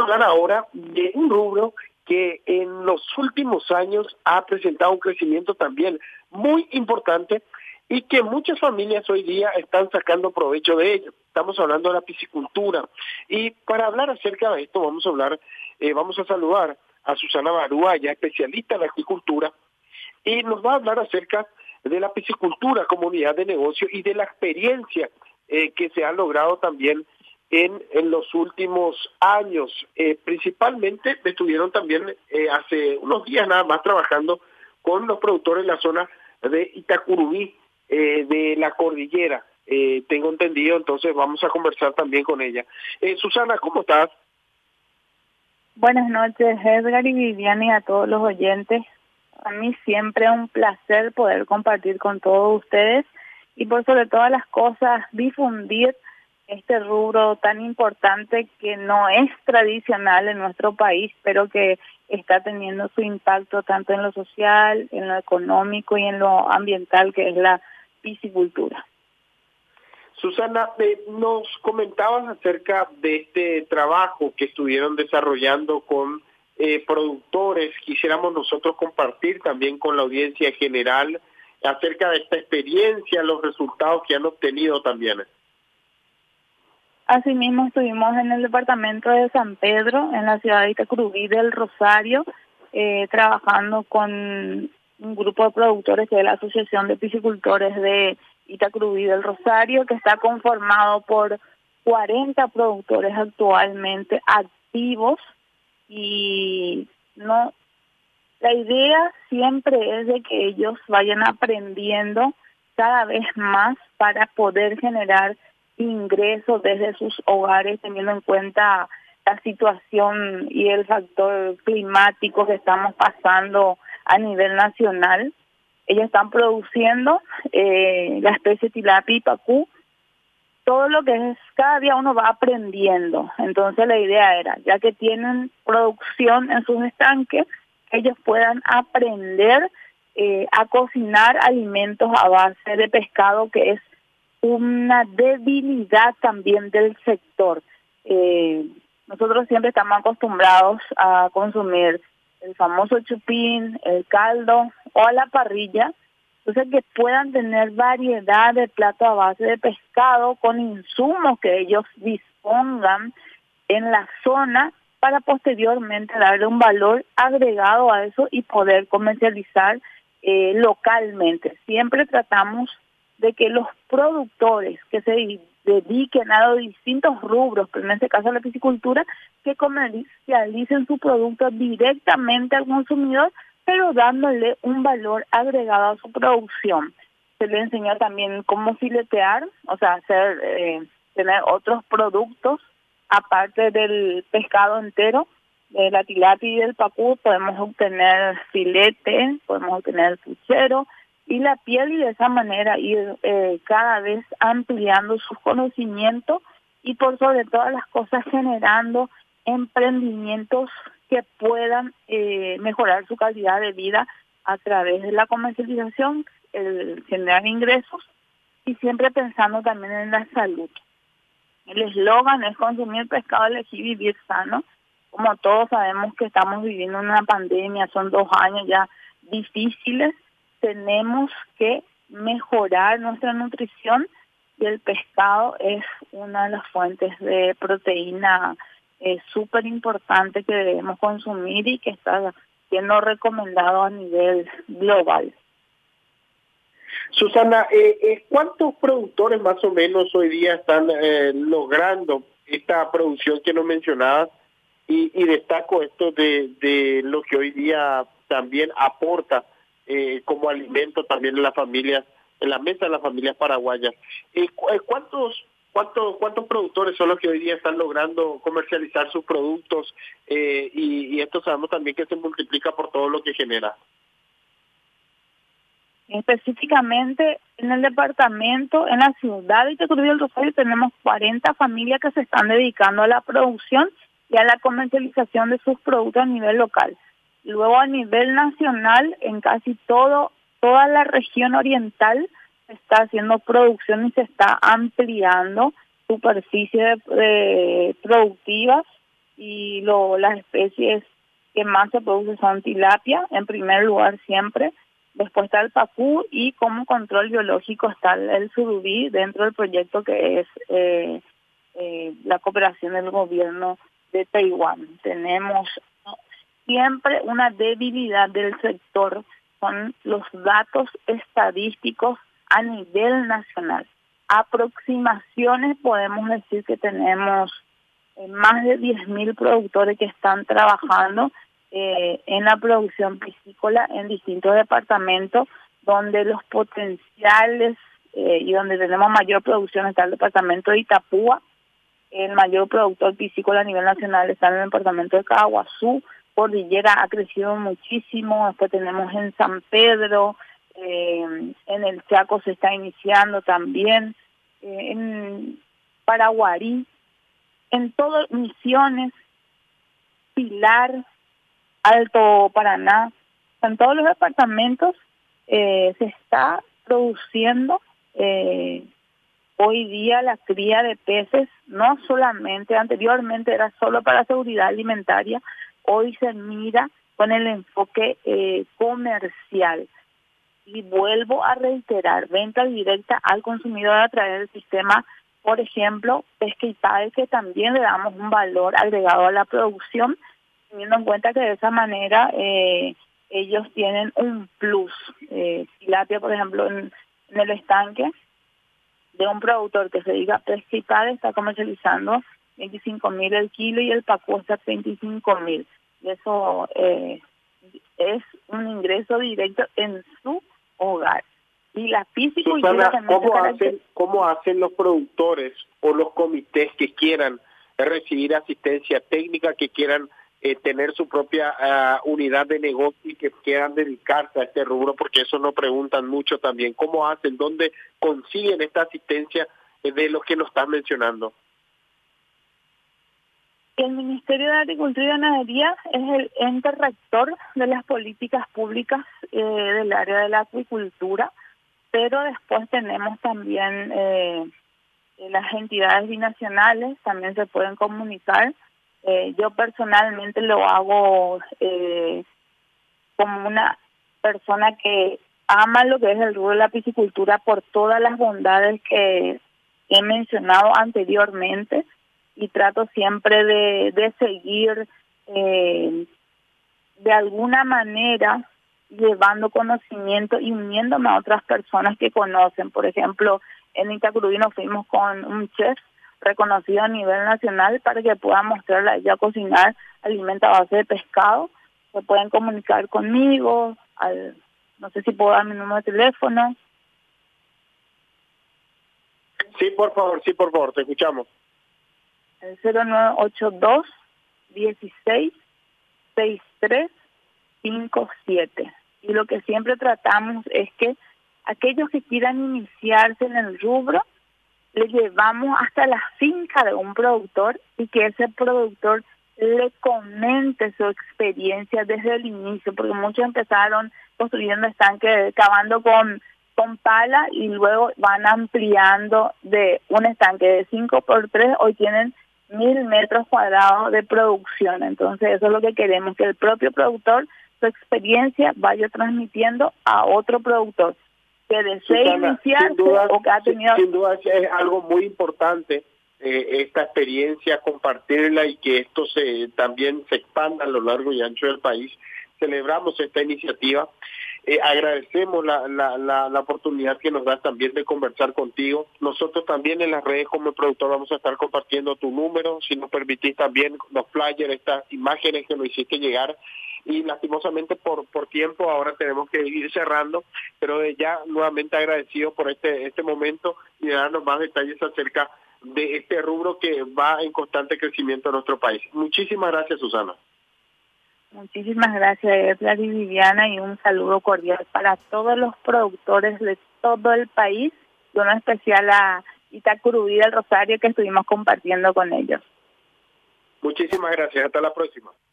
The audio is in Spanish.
hablar ahora de un rubro que en los últimos años ha presentado un crecimiento también muy importante y que muchas familias hoy día están sacando provecho de ello. Estamos hablando de la piscicultura. Y para hablar acerca de esto vamos a saludar a Susana Barúa, ya especialista en agricultura, y nos va a hablar acerca de la piscicultura como unidad de negocio y de la experiencia que se ha logrado también en los últimos años. Principalmente estuvieron también hace unos días nada más trabajando con los productores en la zona de Itacurubí, de la cordillera, tengo entendido, entonces vamos a conversar también con ella. Susana, ¿cómo estás? Buenas noches, Edgar y Viviana, y a todos los oyentes. A mí siempre es un placer poder compartir con todos ustedes y por sobre todas las cosas difundir este rubro tan importante que no es tradicional en nuestro país, pero que está teniendo su impacto tanto en lo social, en lo económico y en lo ambiental, que es la piscicultura. Susana, nos comentabas acerca de este trabajo que estuvieron desarrollando con productores. Quisiéramos nosotros compartir también con la audiencia en general acerca de esta experiencia, los resultados que han obtenido también. Asimismo, estuvimos en el departamento de San Pedro, en la ciudad de Itacurubí del Rosario, trabajando con un grupo de productores que es la Asociación de Piscicultores de Itacurubí del Rosario, que está conformado por 40 productores actualmente activos. Y la idea siempre es de que ellos vayan aprendiendo cada vez más para poder generar ingresos desde sus hogares, teniendo en cuenta la situación y el factor climático que estamos pasando a nivel nacional. Ellos están produciendo la especie tilapia y pacú. Todo lo que es, cada día uno va aprendiendo. Entonces la idea era, ya que tienen producción en sus estanques, ellos puedan aprender a cocinar alimentos a base de pescado, que es una debilidad también del sector. Nosotros siempre estamos acostumbrados a consumir el famoso chupín, el caldo o a la parrilla. Entonces, que puedan tener variedad de platos a base de pescado con insumos que ellos dispongan en la zona para posteriormente darle un valor agregado a eso y poder comercializar localmente. Siempre tratamos de que los productores que se dediquen a los distintos rubros, pero en este caso a la piscicultura, que comercialicen su producto directamente al consumidor, pero dándole un valor agregado a su producción. Se le enseña también cómo filetear, o sea, tener otros productos aparte del pescado entero, de la tilapia y del pacú. Podemos obtener filete, podemos obtener puchero y la piel, y de esa manera ir cada vez ampliando sus conocimientos y por sobre todas las cosas generando emprendimientos que puedan mejorar su calidad de vida a través de la comercialización, el generar ingresos y siempre pensando también en la salud. El eslogan es consumir pescado, elegir vivir sano. Como todos sabemos que estamos viviendo una pandemia, son 2 años ya difíciles, tenemos que mejorar nuestra nutrición y el pescado es una de las fuentes de proteína súper importante que debemos consumir y que está siendo recomendado a nivel global. Susana, ¿cuántos productores más o menos hoy día están logrando esta producción que nos mencionabas? Y destaco esto de lo que hoy día también aporta como alimento también en las familias, en la mesa de las familias paraguayas. ¿Cuántos productores son los que hoy día están logrando comercializar sus productos? Y esto sabemos también que se multiplica por todo lo que genera. Específicamente en el departamento, en la ciudad de Itacurubí del Rosario, tenemos 40 familias que se están dedicando a la producción y a la comercialización de sus productos a nivel local. Luego a nivel nacional, en casi toda la región oriental se está haciendo producción y se está ampliando superficies productivas y las especies que más se producen son tilapia, en primer lugar siempre, después está el pacú y como control biológico está el surubí dentro del proyecto que es la cooperación del gobierno de Taiwán. Tenemos siempre una debilidad del sector, son los datos estadísticos a nivel nacional. Aproximaciones podemos decir que tenemos más de 10.000 productores que están trabajando en la producción piscícola en distintos departamentos, donde los potenciales y donde tenemos mayor producción está el departamento de Itapúa. El mayor productor piscícola a nivel nacional está en el departamento de Caguazú. Cordillera ha crecido muchísimo. Después tenemos en San Pedro, en el Chaco se está iniciando también, en Paraguarí, en todas Misiones, Pilar, Alto Paraná, en todos los departamentos se está produciendo hoy día la cría de peces, no solamente, anteriormente era solo para seguridad alimentaria, hoy se mira con el enfoque comercial. Y vuelvo a reiterar, venta directa al consumidor a través del sistema, por ejemplo, Pesca y Pague, que también le damos un valor agregado a la producción, teniendo en cuenta que de esa manera ellos tienen un plus. Tilapia, por ejemplo, en el estanque de un productor que se diga Pesca y Pague está comercializando 25.000 el kilo y el pacú está 35.000. Y eso es un ingreso directo en su hogar. Y la piscicultura Susana, ¿cómo hacen los productores o los comités que quieran recibir asistencia técnica, que quieran tener su propia unidad de negocio y que quieran dedicarse a este rubro? Porque eso nos preguntan mucho también. ¿Cómo hacen? ¿Dónde consiguen esta asistencia de los que nos están mencionando? El Ministerio de Agricultura y Ganadería es el ente rector de las políticas públicas del área de la acuicultura, pero después tenemos también las entidades binacionales, también se pueden comunicar. Yo personalmente lo hago como una persona que ama lo que es el rubro de la piscicultura por todas las bondades que he mencionado anteriormente, y trato siempre de seguir de alguna manera llevando conocimiento y uniéndome a otras personas que conocen. Por ejemplo, en Itacurubí nos fuimos con un chef reconocido a nivel nacional para que pueda mostrarle a ella cocinar alimentos a base de pescado. Se pueden comunicar conmigo, no sé si puedo dar mi número de teléfono. Sí, por favor, te escuchamos. El 0982 16 63 57. Y lo que siempre tratamos es que aquellos que quieran iniciarse en el rubro, le llevamos hasta la finca de un productor y que ese productor le comente su experiencia desde el inicio, porque muchos empezaron construyendo estanques, cavando con pala y luego van ampliando de un estanque de 5x3, hoy tienen 1.000 metros cuadrados de producción. Entonces eso es lo que queremos, que el propio productor, su experiencia, vaya transmitiendo a otro productor que desee iniciarse o que ha tenido... Sin duda es algo muy importante esta experiencia, compartirla y que esto también se expanda a lo largo y ancho del país. Celebramos esta iniciativa. Agradecemos la oportunidad que nos das también de conversar contigo. Nosotros también en las redes como productor vamos a estar compartiendo tu número, si nos permitís también los flyers, estas imágenes que nos hiciste llegar. Y lastimosamente por tiempo ahora tenemos que ir cerrando, pero ya nuevamente agradecido por este momento y de darnos más detalles acerca de este rubro que va en constante crecimiento en nuestro país. Muchísimas gracias, Susana. Muchísimas gracias, Edgar y Viviana, y un saludo cordial para todos los productores de todo el país, y uno especial a Itacurubí del Rosario que estuvimos compartiendo con ellos. Muchísimas gracias, hasta la próxima.